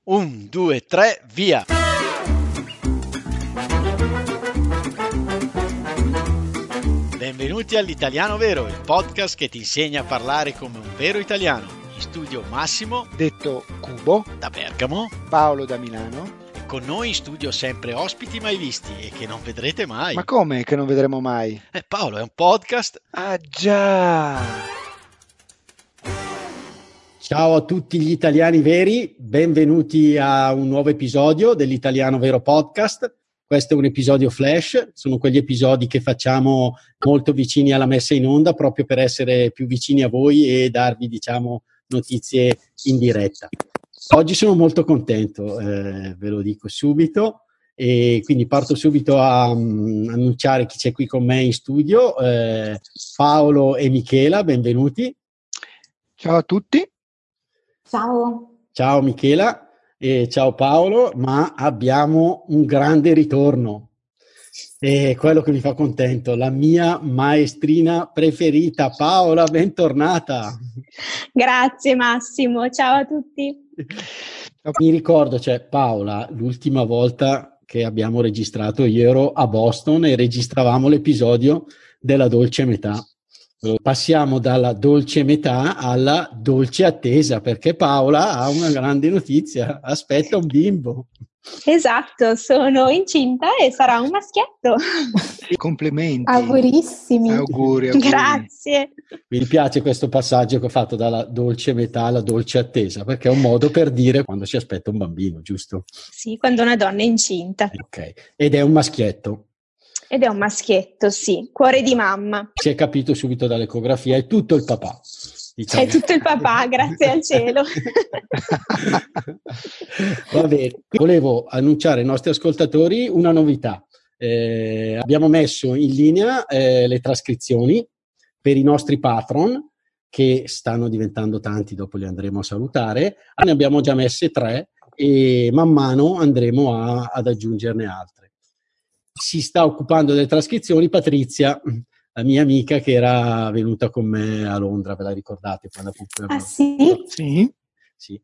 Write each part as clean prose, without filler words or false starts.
1, 2, 3, via! Benvenuti all'Italiano Vero, il podcast che ti insegna a parlare come un vero italiano. In studio Massimo, detto Cubo, da Bergamo, Paolo da Milano. E con noi in studio sempre ospiti mai visti e che non vedrete mai. Ma come che non vedremo mai? Paolo, è un podcast. Ah già! Ciao a tutti gli italiani veri, benvenuti a un nuovo episodio dell'Italiano Vero Podcast. Questo è un episodio flash, sono quegli episodi che facciamo molto vicini alla messa in onda proprio per essere più vicini a voi e darvi, notizie in diretta. Oggi sono molto contento, ve lo dico subito, e quindi parto subito a annunciare chi c'è qui con me in studio. Paolo e Michela, benvenuti. Ciao a tutti. Ciao. Ciao Michela e ciao Paolo, ma abbiamo un grande ritorno e quello che mi fa contento, la mia maestrina preferita, Paola, bentornata. Grazie Massimo, ciao a tutti. Mi ricordo, Paola, l'ultima volta che abbiamo registrato io ero a Boston e registravamo l'episodio della dolce metà. Passiamo dalla dolce metà alla dolce attesa, perché Paola ha una grande notizia, aspetta un bimbo. Esatto, sono incinta e sarà un maschietto. Complimenti. Augurissimi. Auguri. Grazie. Mi piace questo passaggio che ho fatto dalla dolce metà alla dolce attesa, perché è un modo per dire quando si aspetta un bambino, giusto? Sì, quando una donna è incinta. Ok, ed è un maschietto. Ed è un maschietto, sì, cuore di mamma. Si è capito subito dall'ecografia, è tutto il papà. Diciamo. È tutto il papà, grazie al cielo. Va bene, volevo annunciare ai nostri ascoltatori una novità. Abbiamo messo in linea le trascrizioni per i nostri patron, che stanno diventando tanti, dopo li andremo a salutare. Ne abbiamo già messe 3 e man mano andremo ad aggiungerne altre. Si sta occupando delle trascrizioni Patrizia, la mia amica che era venuta con me a Londra, ve la ricordate? Sì? Sì,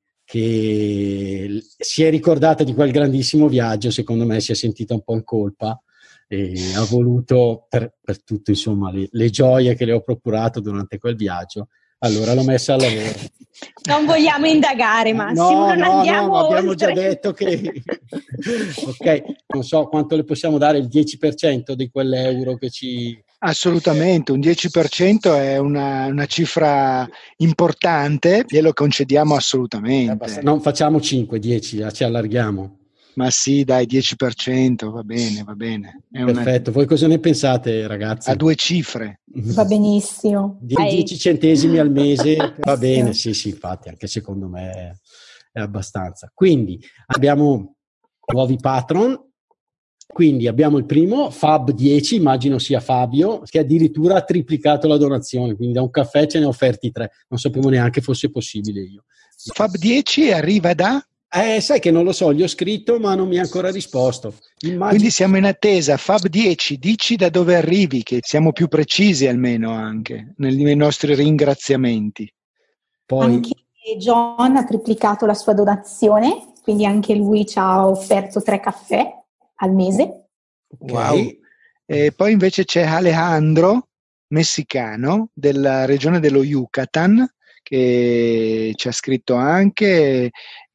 che si è ricordata di quel grandissimo viaggio, secondo me si è sentita un po' in colpa e ha voluto, per tutto insomma le gioie che le ho procurato durante quel viaggio, allora l'ho messa al lavoro. Non vogliamo indagare, Massimo, non andiamo ma abbiamo oltre. già detto che ok, non so quanto le possiamo dare, il 10% di quell'euro che ci... Assolutamente, un 10% è una cifra importante, glielo concediamo assolutamente. Non facciamo 5, 10, ci allarghiamo. Ma sì, dai, 10%, va bene. Perfetto, voi cosa ne pensate, ragazzi? A 2 cifre. Va benissimo. 10 centesimi al mese, va bene, sì, infatti, anche secondo me è abbastanza. Quindi abbiamo nuovi patron, quindi abbiamo il primo, Fab10, immagino sia Fabio, che addirittura ha triplicato la donazione, quindi da un caffè ce ne ha offerti 3, non sapevo neanche fosse possibile io. Fab10 arriva da? Sai che non lo so, gli ho scritto ma non mi ha ancora risposto. Quindi siamo in attesa. Fab10, dici da dove arrivi, che siamo più precisi almeno anche nei nostri ringraziamenti. Poi anche John ha triplicato la sua donazione, quindi anche lui ci ha offerto 3 caffè al mese. Wow. E poi invece c'è Alejandro, messicano, della regione dello Yucatan, che ci ha scritto anche,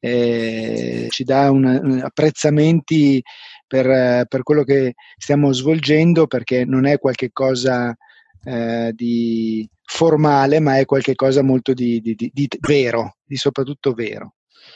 ci dà apprezzamenti per quello che stiamo svolgendo, perché non è qualche cosa di formale, ma è qualche cosa molto di vero, di soprattutto vero.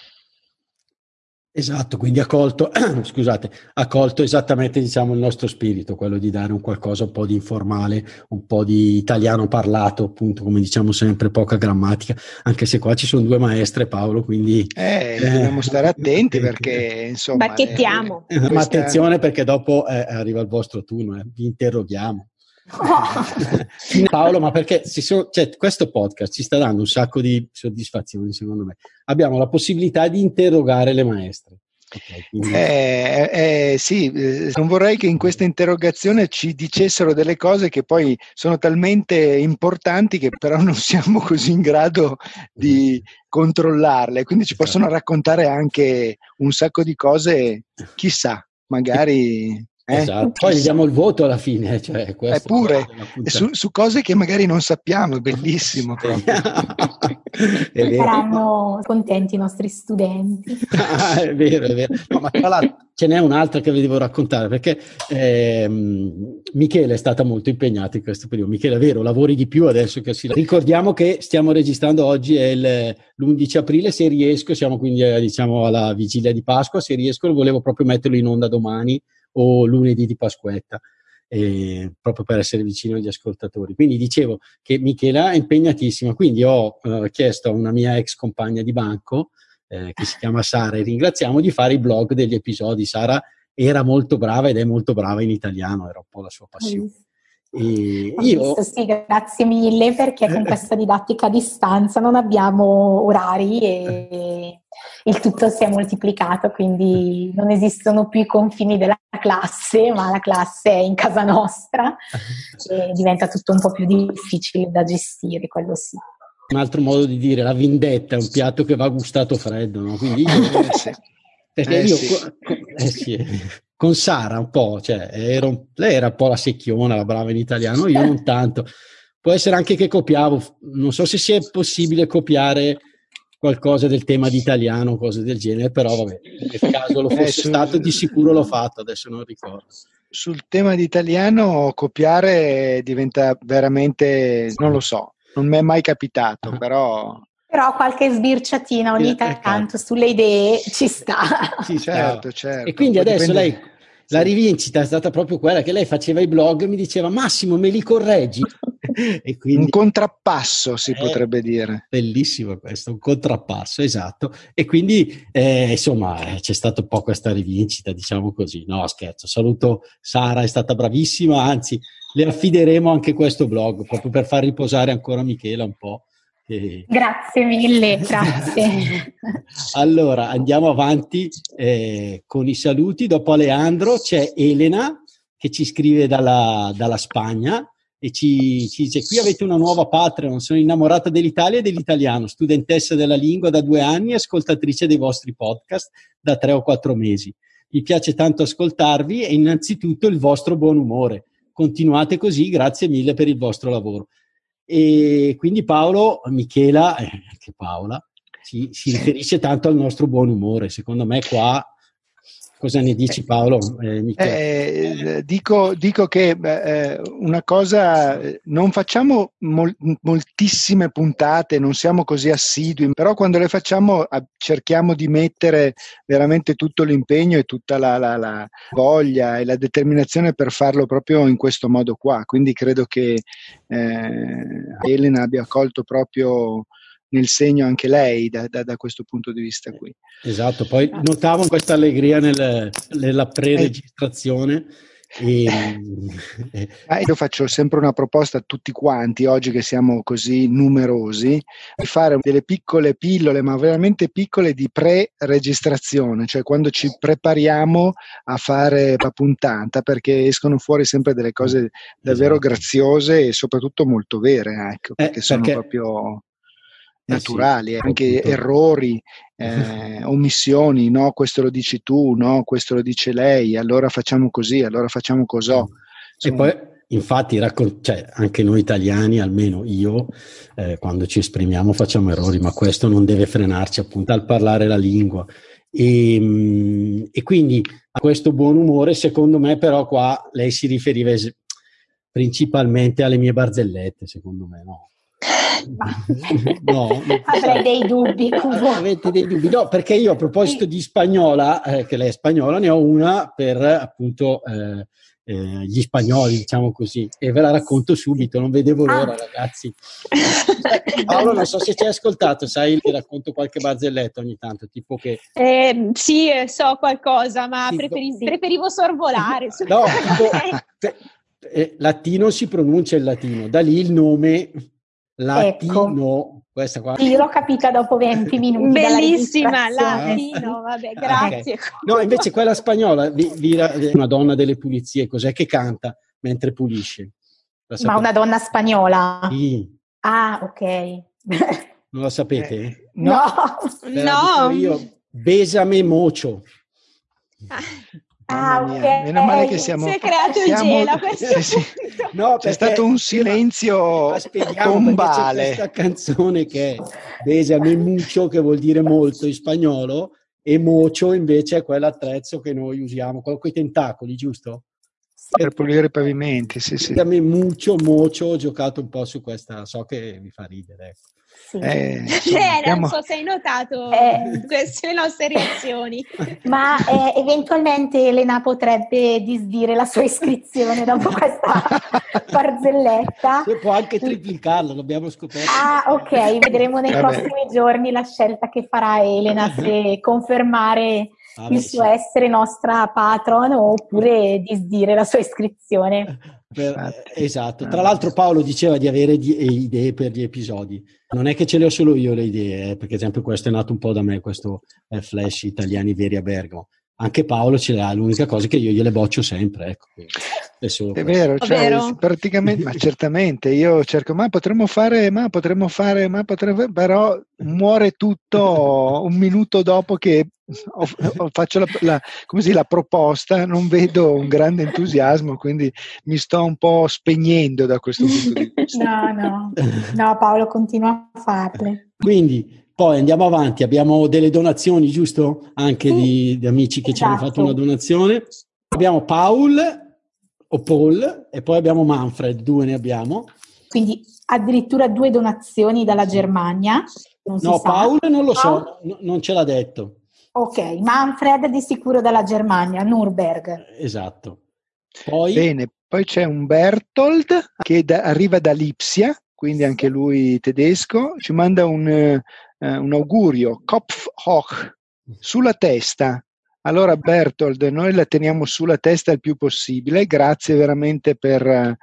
Esatto, quindi ha colto esattamente il nostro spirito, quello di dare un qualcosa un po' di informale, un po' di italiano parlato, appunto, come diciamo sempre, poca grammatica, anche se qua ci sono 2 maestre, Paolo, quindi dobbiamo stare attenti perché insomma bacchettiamo. Ma attenzione, perché dopo arriva il vostro turno, vi interroghiamo. Paolo, ma perché questo podcast ci sta dando un sacco di soddisfazioni, secondo me. Abbiamo la possibilità di interrogare le maestre. Okay, quindi... Sì, non vorrei che in questa interrogazione ci dicessero delle cose che poi sono talmente importanti che però non siamo così in grado di controllarle, quindi ci possono raccontare anche un sacco di cose, chissà, magari... Esatto, poi gli diamo il voto alla fine, cioè questo pure su cose che magari non sappiamo, è bellissimo proprio. Saranno contenti i nostri studenti. È vero, è vero. No, ma tra l'altro ce n'è un'altra che vi devo raccontare, perché Michele è stata molto impegnata in questo periodo. Michele, è vero, lavori di più adesso che si... Ricordiamo che stiamo registrando oggi, è l'11 aprile, se riesco, siamo quindi diciamo alla vigilia di Pasqua, se riesco volevo proprio metterlo in onda domani o lunedì di Pasquetta, proprio per essere vicino agli ascoltatori. Quindi dicevo che Michela è impegnatissima, quindi ho chiesto a una mia ex compagna di banco che si chiama Sara, e ringraziamo, di fare i blog degli episodi. Sara era molto brava ed è molto brava in italiano, era un po' la sua passione. Sì, grazie mille, perché con questa didattica a distanza non abbiamo orari e il tutto si è moltiplicato, quindi non esistono più i confini della classe, ma la classe è in casa nostra e diventa tutto un po' più difficile da gestire, quello sì. Un altro modo di dire, la vendetta è un piatto che va gustato freddo, no? Quindi con Sara un po', cioè lei era un po' la secchiona, la brava in italiano, io non tanto. Può essere anche che copiavo, non so se sia possibile copiare qualcosa del tema di italiano, cose del genere, però vabbè, nel caso lo fosse stato di sicuro l'ho fatto, adesso non ricordo. Sul tema di italiano copiare diventa veramente, non lo so, non mi è mai capitato, però qualche sbirciatina ogni tanto sulle idee ci sta. Sì, certo. E quindi adesso lei, la rivincita è stata proprio quella che lei faceva i blog e mi diceva: Massimo, me li correggi? E quindi, un contrappasso si potrebbe dire. Bellissimo questo, un contrappasso, esatto. E quindi insomma c'è stata un po' questa rivincita, diciamo così. No, scherzo, saluto Sara, è stata bravissima, anzi le affideremo anche questo blog proprio per far riposare ancora Michela un po'. Grazie mille, grazie. Allora andiamo avanti con i saluti. Dopo Aleandro c'è Elena che ci scrive dalla Spagna e ci dice: qui avete una nuova Patreon, sono innamorata dell'Italia e dell'italiano, studentessa della lingua da 2 anni, ascoltatrice dei vostri podcast da 3 o 4 mesi. Mi piace tanto ascoltarvi e innanzitutto il vostro buon umore. Continuate così, grazie mille per il vostro lavoro. E quindi Michela, anche Paola, si riferisce tanto al nostro buon umore. Secondo me qua, cosa ne dici Paolo? Dico che una cosa, non facciamo moltissime puntate, non siamo così assidui, però quando le facciamo cerchiamo di mettere veramente tutto l'impegno e tutta la voglia e la determinazione per farlo proprio in questo modo qua. Quindi credo che Elena abbia colto proprio nel segno anche lei da questo punto di vista qui. Esatto, poi notavo questa allegria nella pre-registrazione. Io faccio sempre una proposta a tutti quanti, oggi che siamo così numerosi, di fare delle piccole pillole, ma veramente piccole, di pre-registrazione, cioè quando ci prepariamo a fare la puntata, perché escono fuori sempre delle cose davvero graziose e soprattutto molto vere, ecco, perché sono proprio naturali, anche errori, omissioni, no, questo lo dici tu, no, questo lo dice lei, allora facciamo così, allora facciamo cos'ho. E poi infatti anche noi italiani, almeno io, quando ci esprimiamo facciamo errori, ma questo non deve frenarci appunto al parlare la lingua. E quindi a questo buon umore, secondo me, però qua lei si riferiva principalmente alle mie barzellette, secondo me, no? No, avrei dei dubbi. Avete dei dubbi? No, perché io a proposito di spagnola, che lei è spagnola, ne ho una per appunto gli spagnoli, diciamo così, e ve la racconto subito, non vedevo l'ora, ragazzi. Paolo, non so se ci hai ascoltato, sai, ti racconto qualche barzelletta ogni tanto, tipo che... Sì, so qualcosa, ma preferivo sorvolare. No, tipo, latino si pronuncia il latino, da lì il nome... Latino. Questa qua. Sì, io l'ho capita dopo 20 minuti. Bellissima, latino, vabbè, grazie. Okay. No, invece quella spagnola, una donna delle pulizie, cos'è che canta mentre pulisce? Ma una donna spagnola? Sì. Ah, ok. Non la sapete? No. No. Io, Besame Mocho. Ok. Meno male che siamo... Si è creato il gelo a questo sì. punto. No, c'è stato un silenzio tombale. C'è questa canzone che è Besame Mucho, che vuol dire molto in spagnolo, e Mocho invece è quell'attrezzo che noi usiamo, quello con i tentacoli, giusto? Per pulire i pavimenti, sì. Besame Mucho, Mocho, ho giocato un po' su questa, so che vi fa ridere, ecco. Sì. Non so se hai notato queste nostre reazioni. Ma eventualmente Elena potrebbe disdire la sua iscrizione dopo questa barzelletta. Può anche triplicarla, l'abbiamo scoperto. Ah, ok, vedremo nei prossimi giorni la scelta che farà Elena, se confermare il suo essere nostra patron oppure disdire la sua iscrizione. Esatto. Tra l'altro Paolo diceva di avere idee per gli episodi. Non è che ce le ho solo io le idee, perché ad esempio questo è nato un po' da me, questo Flash Italiani Veri a Bergamo. Anche Paolo ce l'ha, l'unica cosa è che io gliele boccio sempre, ecco. È vero, cioè, praticamente, ma certamente io cerco, potremmo fare, però muore tutto un minuto dopo che faccio la proposta, non vedo un grande entusiasmo, quindi mi sto un po' spegnendo da questo punto di vista. No, Paolo, continua a farle. Quindi poi andiamo avanti, abbiamo delle donazioni, giusto? Anche di amici che ci hanno fatto una donazione. Abbiamo Paul e poi abbiamo Manfred, 2 ne abbiamo. Quindi addirittura 2 donazioni dalla Germania. Paul non lo so, non ce l'ha detto. Ok, Manfred di sicuro dalla Germania, Nürnberg. Esatto. Bene, poi c'è un Bertold che arriva da Lipsia, quindi anche lui tedesco, ci manda un augurio, Kopf hoch, sulla testa. Allora Bertold, noi la teniamo sulla testa il più possibile, grazie veramente per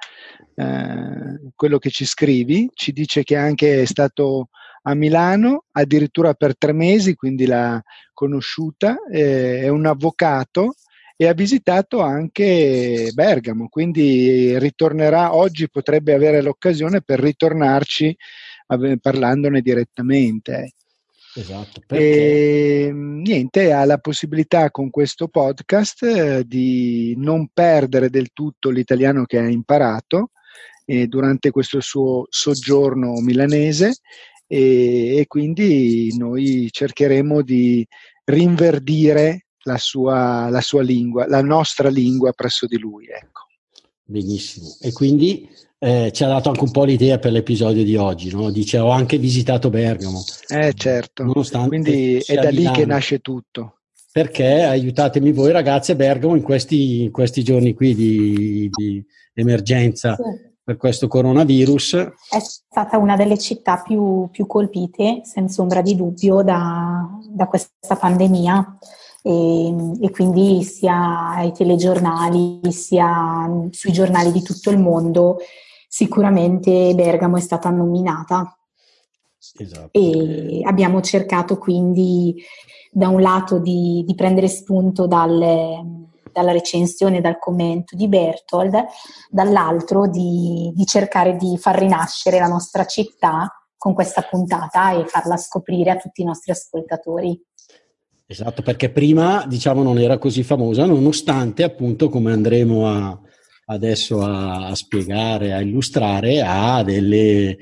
quello che ci scrivi, ci dice che anche è stato a Milano, addirittura per 3 mesi, quindi l'ha conosciuta, è un avvocato e ha visitato anche Bergamo, quindi ritornerà, oggi potrebbe avere l'occasione per ritornarci parlandone direttamente. Esatto, e niente, ha la possibilità con questo podcast di non perdere del tutto l'italiano che ha imparato durante questo suo soggiorno milanese e quindi noi cercheremo di rinverdire la sua lingua, la nostra lingua presso di lui, ecco. Benissimo, e quindi ci ha dato anche un po' l'idea per l'episodio di oggi, no? Dice ho anche visitato Bergamo. Certo, quindi è da lì che nasce tutto. Perché aiutatemi voi ragazzi a Bergamo in questi giorni qui di emergenza per questo coronavirus. È stata una delle città più colpite, senza ombra di dubbio, da questa pandemia. E quindi sia ai telegiornali sia sui giornali di tutto il mondo sicuramente Bergamo è stata nominata. Esatto. E abbiamo cercato quindi da un lato di prendere spunto dalla recensione, dal commento di Bertold, dall'altro di cercare di far rinascere la nostra città con questa puntata e farla scoprire a tutti i nostri ascoltatori. Esatto, perché prima diciamo non era così famosa, nonostante appunto, come andremo adesso a spiegare, a illustrare, ha delle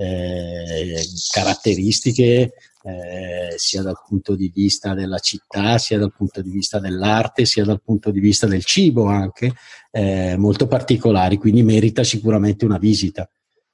caratteristiche sia dal punto di vista della città, sia dal punto di vista dell'arte, sia dal punto di vista del cibo anche, molto particolari, quindi merita sicuramente una visita.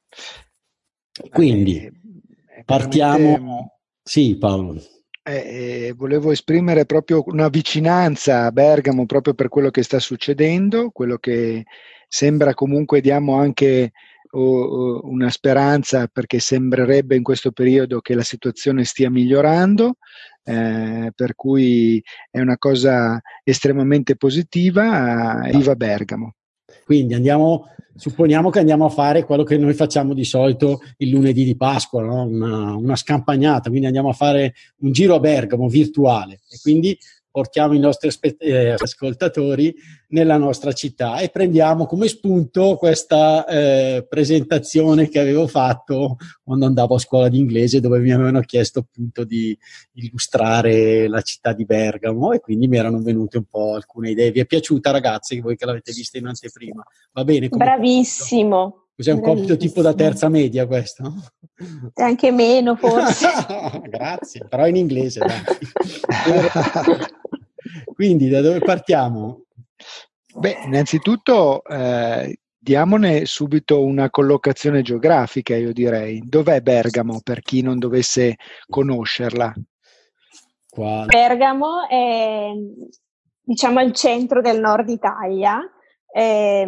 Quindi partiamo. Sì, Paolo. Volevo esprimere proprio una vicinanza a Bergamo proprio per quello che sta succedendo, quello che sembra comunque diamo anche una speranza, perché sembrerebbe in questo periodo che la situazione stia migliorando, per cui è una cosa estremamente positiva. Viva Bergamo! Quindi supponiamo che andiamo a fare quello che noi facciamo di solito il lunedì di Pasqua, no? Una scampagnata, quindi andiamo a fare un giro a Bergamo virtuale e quindi portiamo i nostri ascoltatori nella nostra città e prendiamo come spunto questa presentazione che avevo fatto quando andavo a scuola di inglese, dove mi avevano chiesto appunto di illustrare la città di Bergamo, e quindi mi erano venute un po' alcune idee. Vi è piaciuta, ragazzi, voi che l'avete vista in anteprima? Va bene? Bravissimo. Cos'è, un compito tipo da terza media questo? Anche meno forse. Grazie, però in inglese, dai. Quindi da dove partiamo? Beh, innanzitutto diamone subito una collocazione geografica, io direi. Dov'è Bergamo, per chi non dovesse conoscerla? Qua. Bergamo è, diciamo, al centro del nord Italia. E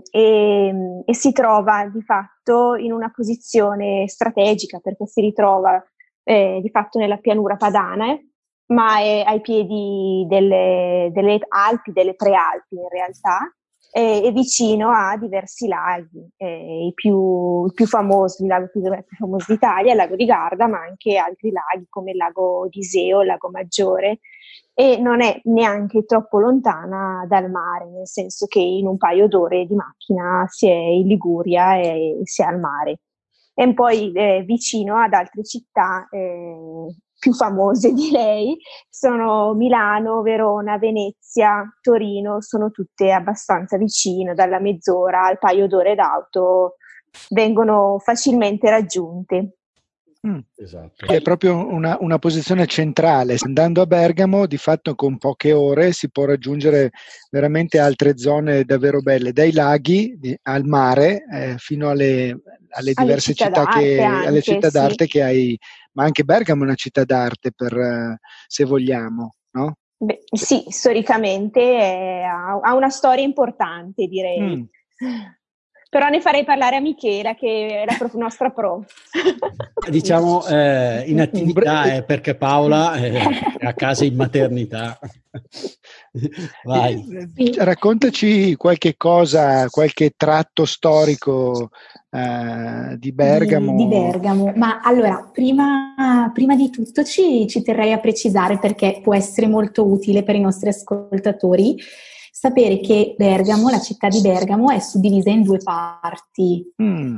si trova di fatto in una posizione strategica, perché si ritrova di fatto nella pianura padana, ma è ai piedi delle Alpi, delle Prealpi in realtà, e vicino a diversi laghi, il più famoso, il lago più famoso d'Italia è il lago di Garda, ma anche altri laghi come il lago di Iseo, il lago Maggiore, e non è neanche troppo lontana dal mare, nel senso che in un paio d'ore di macchina si è in Liguria e si è al mare. E poi vicino ad altre città più famose, direi, sono Milano, Verona, Venezia, Torino, sono tutte abbastanza vicino, dalla mezz'ora al paio d'ore d'auto vengono facilmente raggiunte. Esatto. È proprio una posizione centrale. Andando a Bergamo, di fatto con poche ore si può raggiungere veramente altre zone davvero belle, dai laghi al mare fino alle diverse città alle città d'arte che hai, ma anche Bergamo è una città d'arte, se vogliamo, no? Beh, sì, storicamente ha una storia importante, direi. Però ne farei parlare a Michela, che è la nostra pro. Diciamo in attività, perché Paola è a casa in maternità. Vai. Raccontaci qualche cosa, qualche tratto storico di Bergamo. Di Bergamo. Ma allora, prima di tutto ci terrei a precisare, perché può essere molto utile per i nostri ascoltatori, sapere che Bergamo, la città di Bergamo, è suddivisa in due parti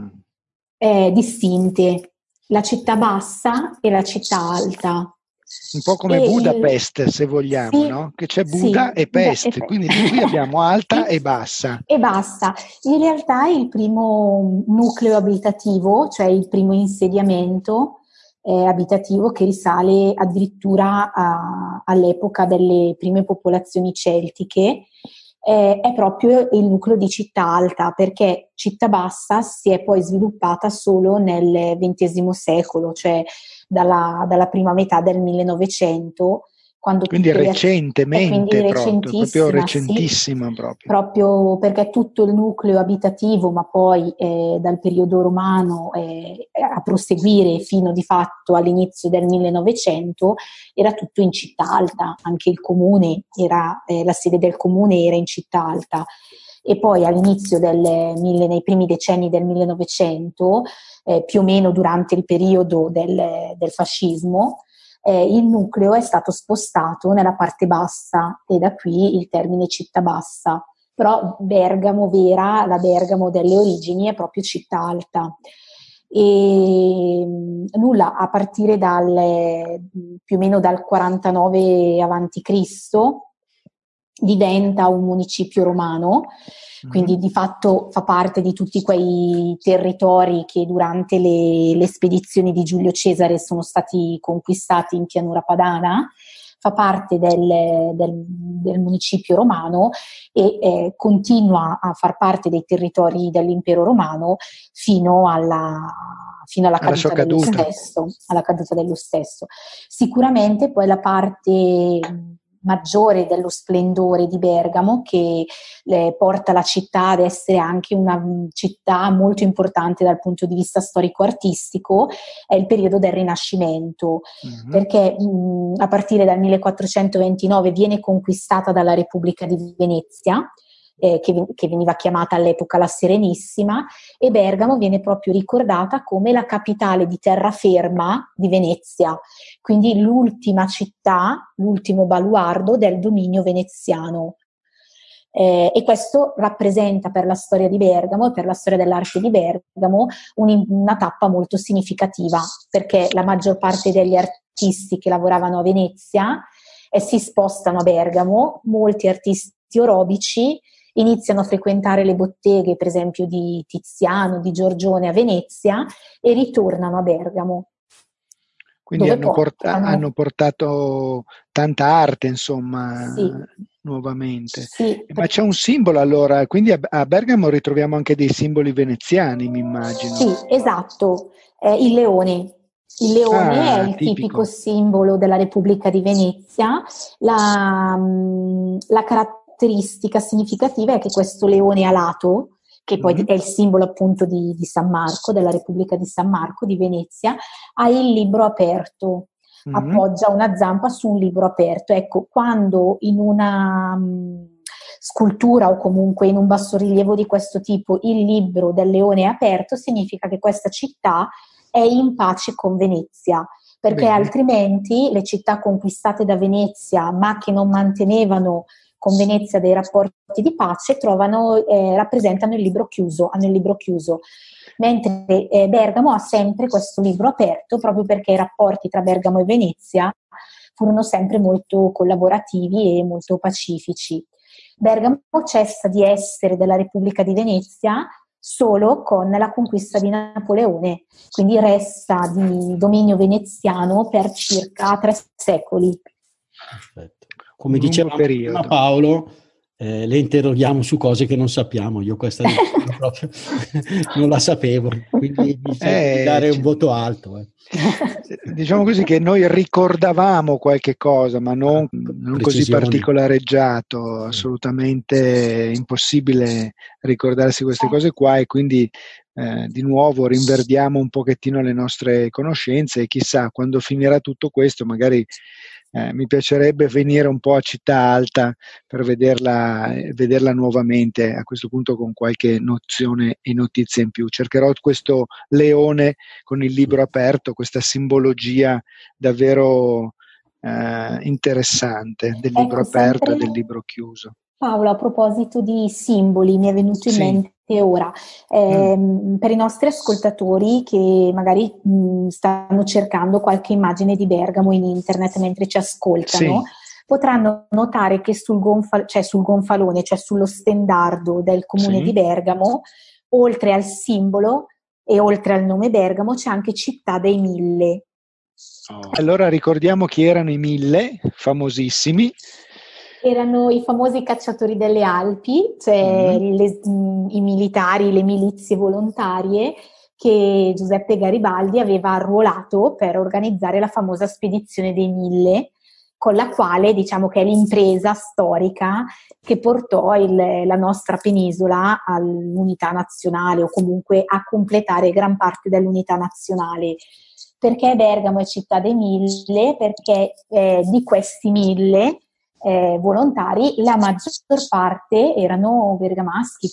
distinte, la città bassa e la città alta. Un po' come Budapest, se vogliamo, sì, no? Che c'è Buda e Pest, quindi qui abbiamo alta e bassa. E basta. In realtà il primo nucleo abitativo, cioè il primo insediamento abitativo, che risale addirittura all'epoca delle prime popolazioni celtiche, è proprio il nucleo di Città Alta, perché Città Bassa si è poi sviluppata solo nel XX secolo, cioè dalla prima metà del 1900, quindi recentemente, proprio recentissima, sì, proprio perché tutto il nucleo abitativo, ma poi dal periodo romano a proseguire fino di fatto all'inizio del 1900 era tutto in Città Alta, anche il comune la sede del comune era in Città Alta. E poi all'inizio nei primi decenni del 1900, più o meno durante il periodo del fascismo, il nucleo è stato spostato nella parte bassa, e da qui il termine Città Bassa. Però Bergamo vera, la Bergamo delle origini, è proprio Città Alta. E nulla, a partire più o meno dal 49 avanti Cristo diventa un municipio romano, quindi di fatto fa parte di tutti quei territori che durante le spedizioni di Giulio Cesare sono stati conquistati in pianura padana, fa parte del municipio romano e continua a far parte dei territori dell'impero romano fino alla caduta dello stesso. Sicuramente poi la parte maggiore dello splendore di Bergamo, che porta la città ad essere anche una città molto importante dal punto di vista storico-artistico, è il periodo del Rinascimento, perché a partire dal 1429 viene conquistata dalla Repubblica di Venezia, che veniva chiamata all'epoca la Serenissima, e Bergamo viene proprio ricordata come la capitale di terraferma di Venezia, quindi l'ultima città, l'ultimo baluardo del dominio veneziano. E questo rappresenta per la storia di Bergamo e per la storia dell'arte di Bergamo una tappa molto significativa, perché la maggior parte degli artisti che lavoravano a Venezia si spostano a Bergamo, molti artisti orobici iniziano a frequentare le botteghe, per esempio di Tiziano, di Giorgione a Venezia, e ritornano a Bergamo. Quindi hanno portato tanta arte, insomma, sì, nuovamente. Sì, ma c'è un simbolo allora, quindi a Bergamo ritroviamo anche dei simboli veneziani, mi immagino. Sì, esatto, il leone. Il leone è il tipico simbolo della Repubblica di Venezia. La caratteristica significativa è che questo leone alato, che poi è il simbolo appunto di San Marco, della Repubblica di San Marco di Venezia, ha il libro aperto, appoggia una zampa su un libro aperto. Ecco, quando in una scultura o comunque in un bassorilievo di questo tipo il libro del leone è aperto, significa che questa città è in pace con Venezia, perché altrimenti le città conquistate da Venezia ma che non mantenevano con Venezia dei rapporti di pace rappresentano il libro chiuso, hanno il libro chiuso, mentre Bergamo ha sempre questo libro aperto, proprio perché i rapporti tra Bergamo e Venezia furono sempre molto collaborativi e molto pacifici. Bergamo cessa di essere della Repubblica di Venezia solo con la conquista di Napoleone, quindi resta di dominio veneziano per circa 3 secoli. Perfetto. Come diceva prima Paolo, le interroghiamo su cose che non sappiamo. Io questa proprio non la sapevo, quindi bisogna dare un voto alto. Diciamo così che noi ricordavamo qualche cosa, ma non così particolareggiato, assolutamente impossibile ricordarsi queste cose qua, e quindi di nuovo rinverdiamo un pochettino le nostre conoscenze, e chissà, quando finirà tutto questo magari mi piacerebbe venire un po' a Città Alta per vederla nuovamente, a questo punto con qualche nozione e notizia in più. Cercherò questo leone con il libro aperto, questa simbologia davvero interessante del libro aperto e del libro chiuso. Paolo, a proposito di simboli, mi è venuto in mente ora, per i nostri ascoltatori che magari stanno cercando qualche immagine di Bergamo in internet mentre ci ascoltano, potranno notare che sul gonfalone, cioè sullo stendardo del comune di Bergamo, oltre al simbolo e oltre al nome Bergamo, c'è anche Città dei Mille. Allora ricordiamo chi erano i Mille, famosissimi. Erano i famosi cacciatori delle Alpi, cioè i militari, le milizie volontarie che Giuseppe Garibaldi aveva arruolato per organizzare la famosa spedizione dei Mille, con la quale diciamo che è l'impresa storica che portò la nostra penisola all'unità nazionale, o comunque a completare gran parte dell'unità nazionale. Perché Bergamo è Città dei Mille? Perché di questi 1000 volontari, la maggior parte erano bergamaschi.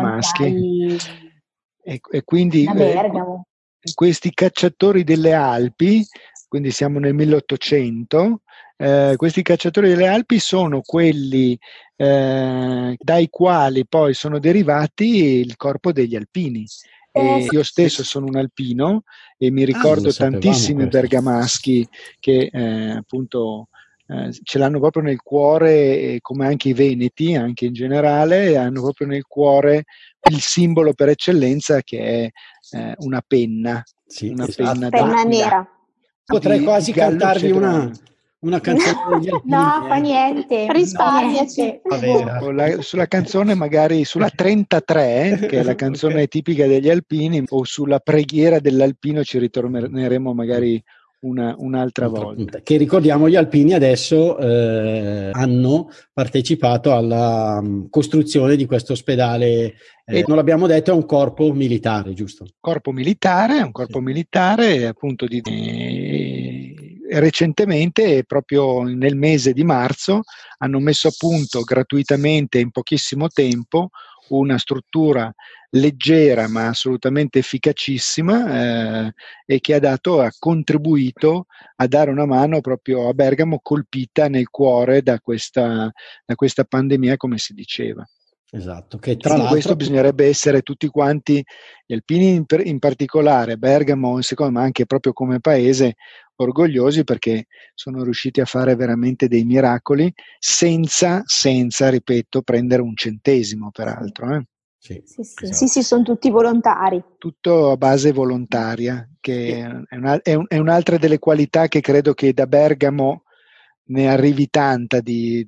E quindi Bergamo. Questi cacciatori delle Alpi, quindi siamo nel 1800, questi cacciatori delle Alpi sono quelli dai quali poi sono derivati il corpo degli alpini. E io stesso sono un alpino e mi ricordo tantissimi bergamaschi che appunto ce l'hanno proprio nel cuore, come anche i veneti, anche in generale, hanno proprio nel cuore il simbolo per eccellenza, che è una penna, penna nera. Potrei quasi cantarvi una canzone degli alpini. No, fa niente. Risparmiaci. Sulla canzone, magari sulla 33, che è la canzone tipica degli alpini, o sulla preghiera dell'alpino ci ritorneremo magari un'altra volta. Che ricordiamo, gli alpini adesso hanno partecipato alla costruzione di questo ospedale, non l'abbiamo detto, è un corpo militare, giusto? Un corpo militare appunto recentemente, proprio nel mese di marzo, hanno messo a punto gratuitamente in pochissimo tempo una struttura leggera ma assolutamente efficacissima, e che ha contribuito a dare una mano proprio a Bergamo, colpita nel cuore da questa pandemia, come si diceva. Esatto, che tra l'altro questo bisognerebbe essere tutti quanti, gli alpini in particolare, Bergamo secondo me anche proprio come paese, orgogliosi, perché sono riusciti a fare veramente dei miracoli senza, ripeto, prendere un centesimo, peraltro. Sì, sono tutti volontari. Tutto a base volontaria, che è un'altra delle qualità che credo che da Bergamo ne arrivi tanta di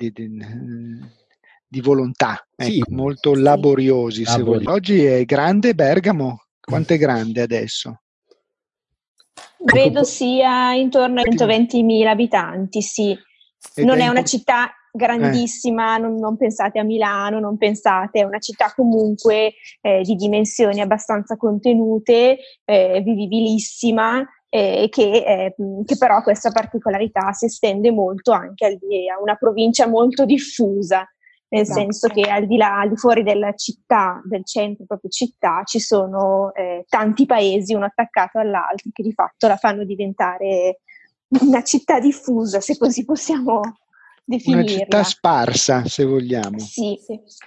volontà, ecco, molto laboriosi. Se voglio. Oggi è grande Bergamo? Quanto è grande adesso? Credo sia intorno a 120.000 abitanti, sì. Non è una città grandissima, non pensate a Milano, non pensate, è una città comunque di dimensioni abbastanza contenute, vivibilissima, che però questa particolarità si estende molto anche a una provincia molto diffusa, nel senso che al di fuori della città, del centro proprio città, ci sono tanti paesi uno attaccato all'altro che di fatto la fanno diventare una città diffusa, se così possiamo definirla. Una città sparsa, se vogliamo. Sì.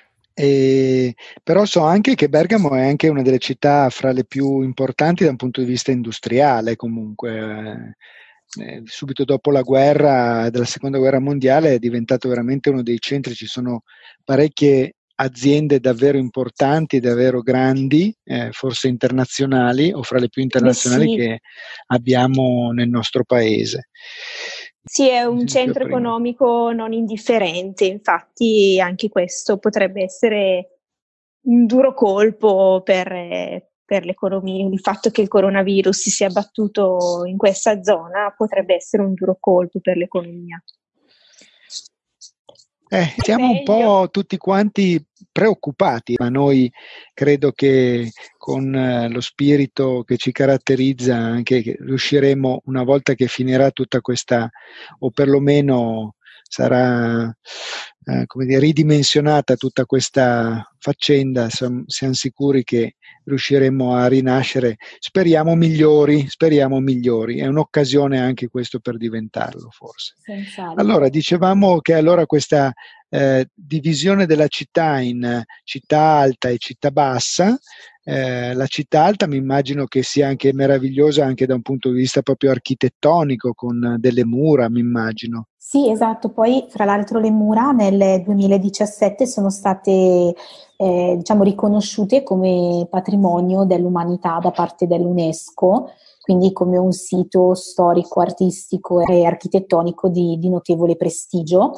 Però so anche che Bergamo è anche una delle città fra le più importanti da un punto di vista industriale, comunque. Subito dopo la della seconda guerra mondiale è diventato veramente uno dei centri, ci sono parecchie aziende davvero importanti, davvero grandi, forse internazionali o fra le più internazionali che abbiamo nel nostro paese. Sì, è un centro economico non indifferente, infatti anche questo potrebbe essere un duro colpo per l'economia. Il fatto che il coronavirus si sia abbattuto in questa zona potrebbe essere un duro colpo per l'economia. Siamo un po' tutti quanti preoccupati, ma noi credo che con lo spirito che ci caratterizza anche che riusciremo, una volta che finirà tutta questa, o perlomeno sarà ridimensionata tutta questa faccenda, siamo sicuri che riusciremo a rinascere, speriamo migliori, è un'occasione anche questo per diventarlo, forse. Allora, dicevamo che allora questa divisione della città in città alta e città bassa, la città alta mi immagino che sia anche meravigliosa anche da un punto di vista proprio architettonico, con delle mura, mi immagino. Sì, esatto, poi fra l'altro le mura nel 2017 sono state riconosciute come patrimonio dell'umanità da parte dell'UNESCO, quindi come un sito storico, artistico e architettonico di notevole prestigio.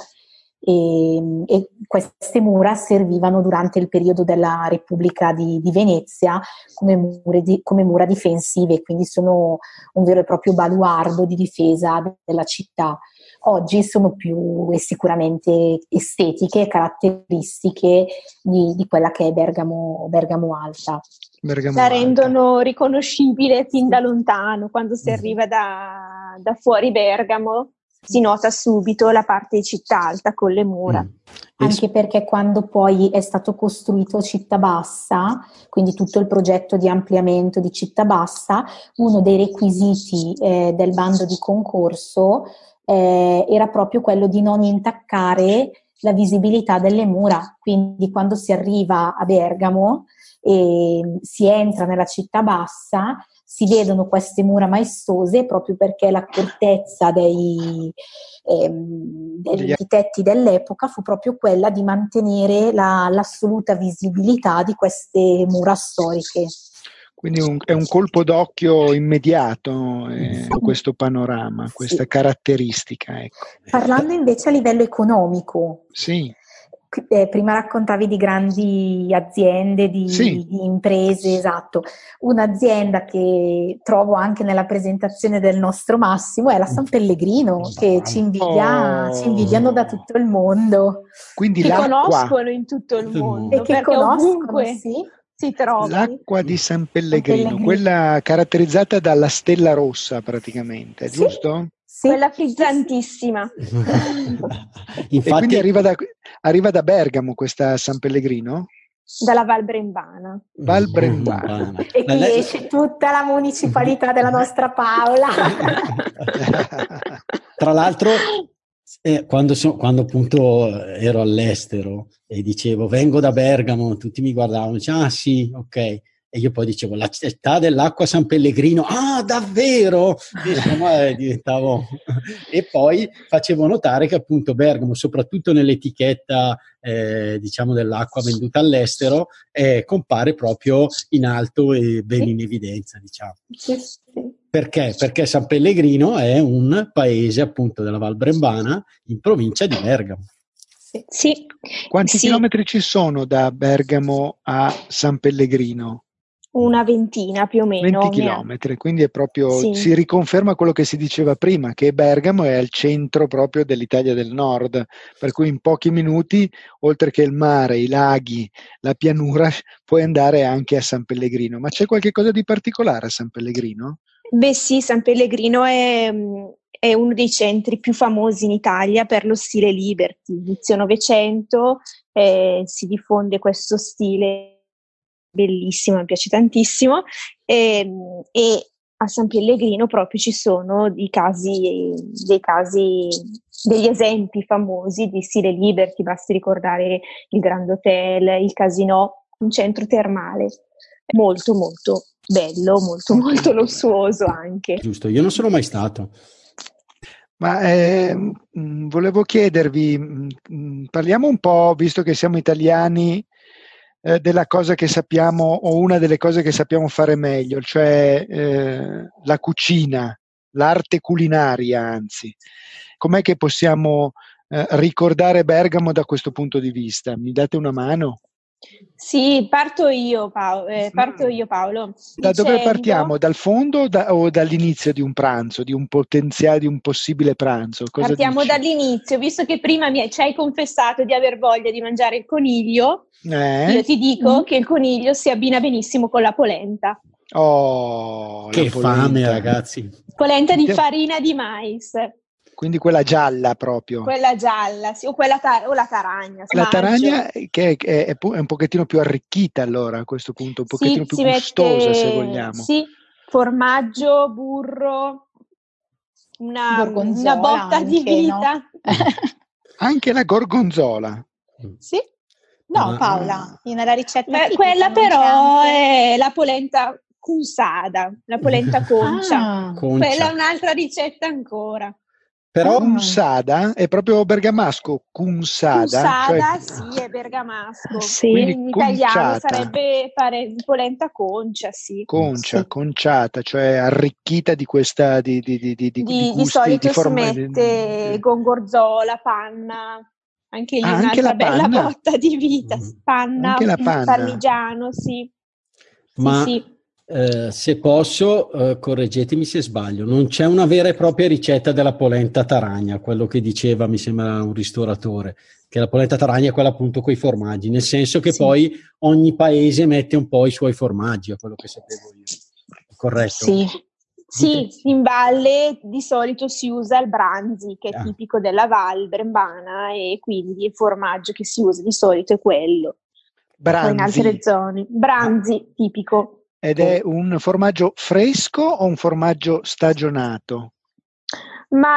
E queste mura servivano durante il periodo della Repubblica di Venezia come mura difensive, quindi sono un vero e proprio baluardo di difesa della città. Oggi sono più sicuramente estetiche, caratteristiche di quella che è Bergamo Alta. La rendono riconoscibile fin da lontano, quando si arriva da fuori Bergamo. Si nota subito la parte di città alta con le mura. Anche perché quando poi è stato costruito Città Bassa, quindi tutto il progetto di ampliamento di Città Bassa, uno dei requisiti del bando di concorso era proprio quello di non intaccare la visibilità delle mura. Quindi quando si arriva a Bergamo e si entra nella Città Bassa, si vedono queste mura maestose proprio perché l'accortezza degli architetti dell'epoca fu proprio quella di mantenere l'assoluta visibilità di queste mura storiche. Quindi è un colpo d'occhio immediato questo panorama, questa caratteristica. Ecco. Parlando invece a livello economico. Sì. Prima raccontavi di grandi aziende, di imprese, esatto. Un'azienda che trovo anche nella presentazione del nostro Massimo è la San Pellegrino, che ci invidiano da tutto il mondo. Quindi che conoscono in tutto il mondo, e che conoscono, si trova. L'acqua di San Pellegrino, quella caratterizzata dalla stella rossa praticamente, giusto? Sì. Quella frizzantissima. Infatti, e quindi arriva da Bergamo questa San Pellegrino? Dalla Val Brembana. Val Brembana. E qui esce tutta la municipalità della nostra Paola. Tra l'altro, quando appunto ero all'estero e dicevo vengo da Bergamo, tutti mi guardavano e dicevano ah sì, ok. E io poi dicevo la città dell'acqua San Pellegrino, ah davvero? E diventavo e poi facevo notare che appunto Bergamo, soprattutto nell'etichetta diciamo dell'acqua venduta all'estero, compare proprio in alto e ben in evidenza, diciamo. Sì. Perché? Perché San Pellegrino è un paese appunto della Val Brembana in provincia di Bergamo. Sì. Quanti chilometri ci sono da Bergamo a San Pellegrino? Una ventina più o meno. 20 chilometri, quindi è proprio, si riconferma quello che si diceva prima, che Bergamo è al centro proprio dell'Italia del Nord, per cui in pochi minuti, oltre che il mare, i laghi, la pianura, puoi andare anche a San Pellegrino. Ma c'è qualche cosa di particolare a San Pellegrino? Beh sì, San Pellegrino è uno dei centri più famosi in Italia per lo stile Liberty. Inizio Novecento si diffonde questo stile bellissimo, mi piace tantissimo, e a San Pellegrino proprio ci sono degli esempi famosi di stile Liberty, basti ricordare il Grand Hotel, il Casino, un centro termale molto molto bello, molto molto lussuoso anche. Giusto, io non sono mai stato. Ma volevo chiedervi, parliamo un po', visto che siamo italiani, della cosa che sappiamo, o una delle cose che sappiamo fare meglio, cioè la cucina, l'arte culinaria, anzi. Com'è che possiamo ricordare Bergamo da questo punto di vista? Mi date una mano? Sì, parto io Paolo. Da dove partiamo? Dal fondo o dall'inizio di un pranzo, di un possibile pranzo? Cosa partiamo dici? Dall'inizio, visto che prima ci hai confessato di aver voglia di mangiare il coniglio, io ti dico che il coniglio si abbina benissimo con la polenta. Oh, che fame, ragazzi! Polenta di farina di mais. Quindi quella gialla proprio. Quella gialla, sì, o la taragna. La taragna che è un pochettino più arricchita allora a questo punto, un pochettino più gustosa se vogliamo. Sì, formaggio, burro, una botta anche, di vita. No? Anche la gorgonzola. Sì. No, Paola, nella ricetta quella però è la polenta cunsada, la polenta concia. Quella è un'altra ricetta ancora. Però cunsada è proprio bergamasco, cunsada, sì, è bergamasco. Sì. In italiano sarebbe fare polenta concia, sì. Conciata, cioè arricchita di questa di gusti, solito si mette gongorzola, panna, anche lì un'altra bella botta di vita, panna, parmigiano, sì. Ma sì. Se posso, correggetemi se sbaglio, non c'è una vera e propria ricetta della polenta taragna, quello che diceva mi sembra un ristoratore, che la polenta taragna è quella appunto coi formaggi, nel senso che poi ogni paese mette un po' i suoi formaggi, a quello che sapevo io, corretto? Sì, in valle di solito si usa il branzi, che è tipico della Val Brembana, e quindi il formaggio che si usa di solito è quello. Branzi. Poi in altre zone, branzi tipico. Ed è un formaggio fresco o un formaggio stagionato? Ma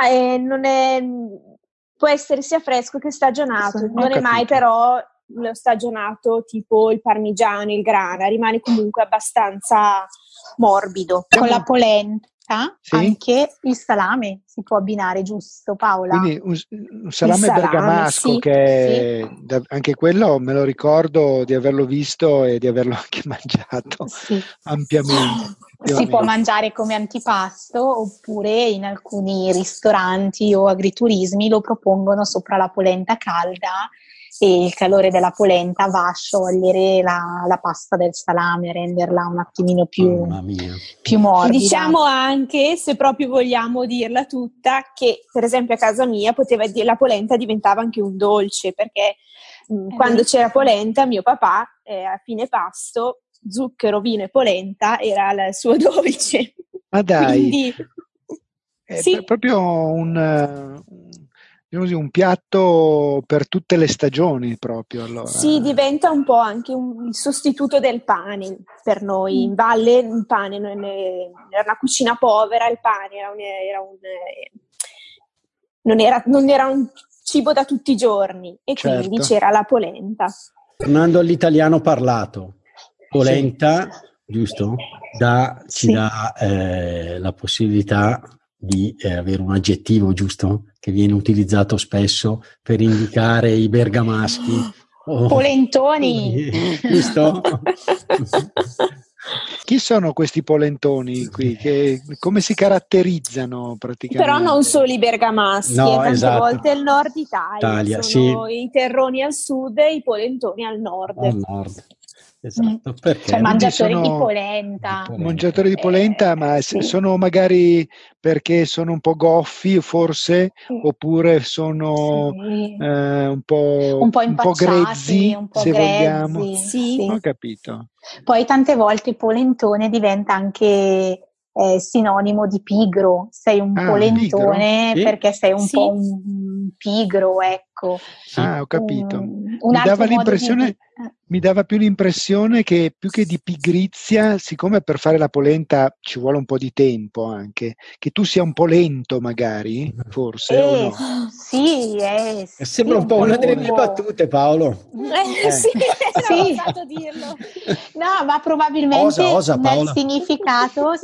può essere sia fresco che stagionato, non è mai però lo stagionato tipo il parmigiano, il grana, rimane comunque abbastanza morbido. Con la polenta anche il salame si può abbinare, giusto Paola? Quindi un salame bergamasco anche quello me lo ricordo di averlo visto e di averlo anche mangiato ampiamente. Si può mangiare come antipasto, oppure in alcuni ristoranti o agriturismi lo propongono sopra la polenta calda e il calore della polenta va a sciogliere la pasta del salame, a renderla un attimino più morbida. Diciamo anche, se proprio vogliamo dirla tutta, che per esempio a casa mia la polenta diventava anche un dolce, perché quando c'era polenta mio papà a fine pasto, zucchero, vino e polenta era il suo dolce. Ma dai! Quindi, È proprio un piatto per tutte le stagioni proprio, allora. Sì, diventa un po' anche il sostituto del pane per noi. In valle il pane era una cucina povera, il pane non era un cibo da tutti i giorni, e quindi c'era la polenta. Tornando all'italiano parlato, polenta, giusto? Ci dà la possibilità di avere un aggettivo, giusto? Che viene utilizzato spesso per indicare i bergamaschi. Polentoni! Giusto? Chi sono questi polentoni qui? Come si caratterizzano praticamente? Però non solo i bergamaschi, tante volte il nord Italia. Sono i terroni al sud e i polentoni al nord. Esatto, perché cioè mangiatori di polenta. Mangiatori di polenta, ma sono magari perché sono un po' goffi forse, oppure sono un po' grezzi, se vogliamo. Sì. Ho capito. Poi tante volte il polentone diventa anche sinonimo di pigro. Sei un polentone pigro? Perché sei un po' un pigro, ecco. Ho capito. Mi dava più l'impressione che più che di pigrizia, siccome per fare la polenta ci vuole un po' di tempo anche, che tu sia un po' lento magari, forse, o no? Sì, sembra un po' una delle mie battute, Paolo. Sì, ho osato dirlo. No, ma probabilmente osa, nel significato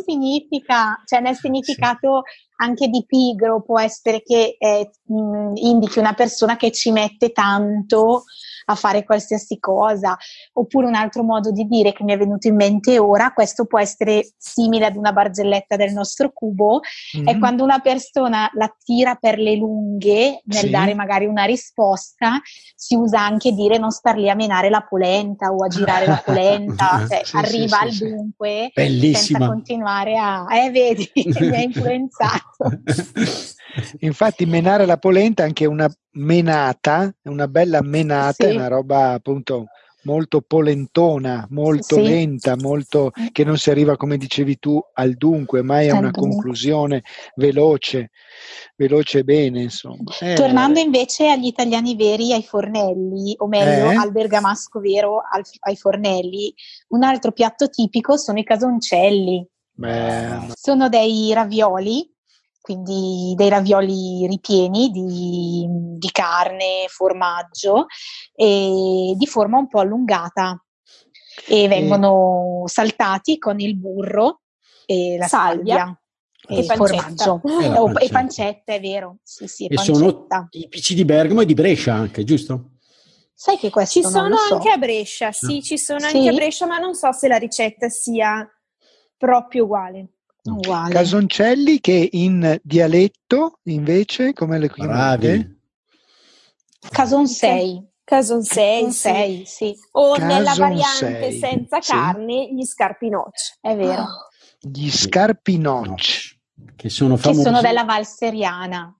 anche di pigro può essere che indichi una persona che ci mette tanto a fare qualsiasi cosa. Oppure un altro modo di dire che mi è venuto in mente ora, questo può essere simile ad una barzelletta del nostro cubo, è quando una persona la tira per le lunghe nel dare magari una risposta, si usa anche dire non star lì a menare la polenta o a girare la polenta, arriva al dunque. Bellissima. Senza continuare vedi, mi ha influenzato. Infatti menare la polenta è anche una menata, una bella menata, è una roba appunto molto polentona, molto lenta, molto che non si arriva, come dicevi tu, al dunque, mai a una conclusione veloce bene, insomma. Tornando invece agli italiani veri, ai fornelli, o meglio al bergamasco vero, ai fornelli, un altro piatto tipico sono i casoncelli. Sono dei ravioli, quindi dei ravioli ripieni di carne, formaggio e di forma un po' allungata, e vengono saltati con il burro e la salvia e il formaggio e pancetta, è vero. Sì, e sono tipici di Bergamo e di Brescia anche, giusto? Sai che questo ci sono anche a Brescia, ci sono anche a Brescia, ma non so se la ricetta sia proprio uguale. Casoncelli, che in dialetto invece come le chiamate? Casonsei, sì. O nella variante senza carne, gli scarpinocci. È vero. Gli scarpinocci che sono famosi. Che sono della Val Seriana.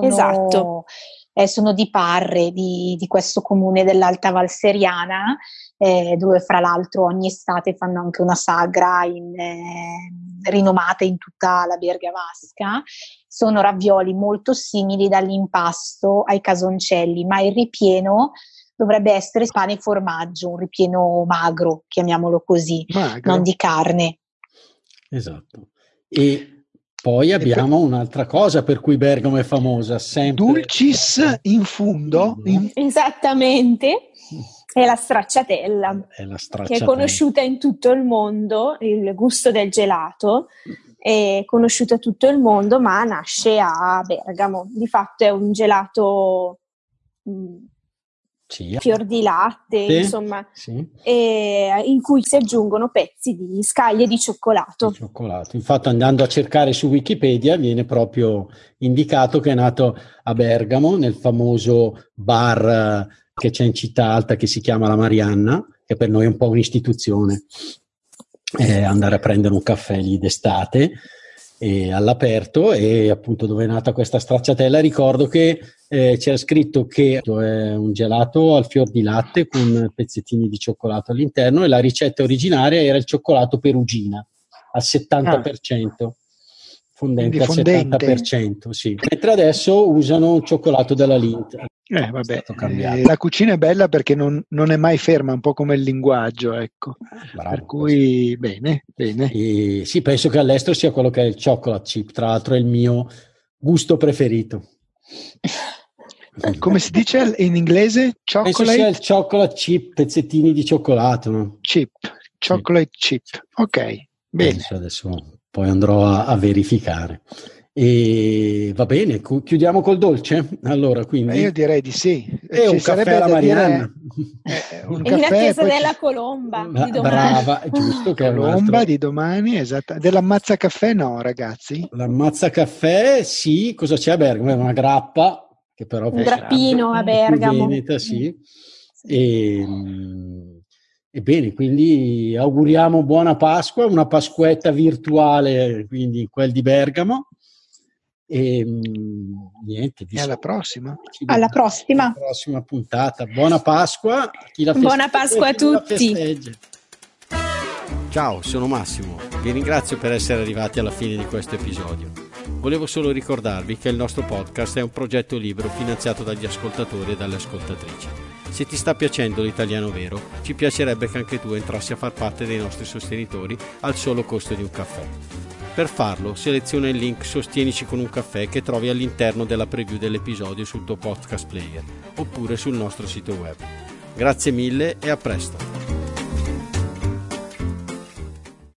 Sono di Parre, di questo comune dell'Alta Val Seriana, dove fra l'altro ogni estate fanno anche una sagra rinomata in tutta la Bergamasca. Sono ravioli molto simili dall'impasto ai casoncelli, ma il ripieno dovrebbe essere pane e formaggio, un ripieno magro, chiamiamolo così, non di carne. Esatto. E poi abbiamo un'altra cosa per cui Bergamo è famosa, sempre dulcis in fundo. Esattamente. È la stracciatella, che è conosciuta in tutto il mondo, il gusto del gelato è conosciuto a tutto il mondo, ma nasce a Bergamo. Di fatto è un gelato fior di latte, insomma, in cui si aggiungono pezzi di scaglie di cioccolato. Infatti, andando a cercare su Wikipedia viene proprio indicato che è nato a Bergamo, nel famoso bar che c'è in Città Alta, che si chiama La Marianna, che per noi è un po' un'istituzione, andare a prendere un caffè lì d'estate all'aperto, e appunto dove è nata questa stracciatella. Ricordo che c'era scritto che è un gelato al fior di latte con pezzettini di cioccolato all'interno, e la ricetta originaria era il cioccolato Perugina al 70%. fondente al 70%, sì. Mentre adesso usano cioccolato della Lindt. Vabbè, la cucina è bella perché non è mai ferma, un po' come il linguaggio, ecco. Bravo, per cui bene. E sì, penso che all'estero sia quello che è il chocolate chip, tra l'altro è il mio gusto preferito. Come si dice in inglese? Penso sia il chocolate chip, pezzettini di cioccolato, no? Chocolate chip, ok, bene. Adesso poi andrò a verificare. E va bene, chiudiamo col dolce? Allora, quindi io direi di sì. E un caffè alla Marianna. In attesa della colomba di domani. Brava, è giusto che colomba di domani, esatto. Dell'ammazza caffè no, ragazzi? L'ammazza caffè sì, cosa c'è a Bergamo? È una grappa, che però un grappino a Bergamo. Veneta, sì. E bene, quindi auguriamo buona Pasqua, una Pasquetta virtuale, quindi quel di Bergamo. E niente, e alla prossima. Alla prossima puntata. Buona Pasqua. Buona Pasqua a tutti. Ciao, sono Massimo. Vi ringrazio per essere arrivati alla fine di questo episodio. Volevo solo ricordarvi che il nostro podcast è un progetto libero finanziato dagli ascoltatori e dalle ascoltatrici. Se ti sta piacendo l'italiano vero, ci piacerebbe che anche tu entrassi a far parte dei nostri sostenitori al solo costo di un caffè. Per farlo, seleziona il link Sostienici con un caffè che trovi all'interno della preview dell'episodio sul tuo podcast player oppure sul nostro sito web. Grazie mille e a presto!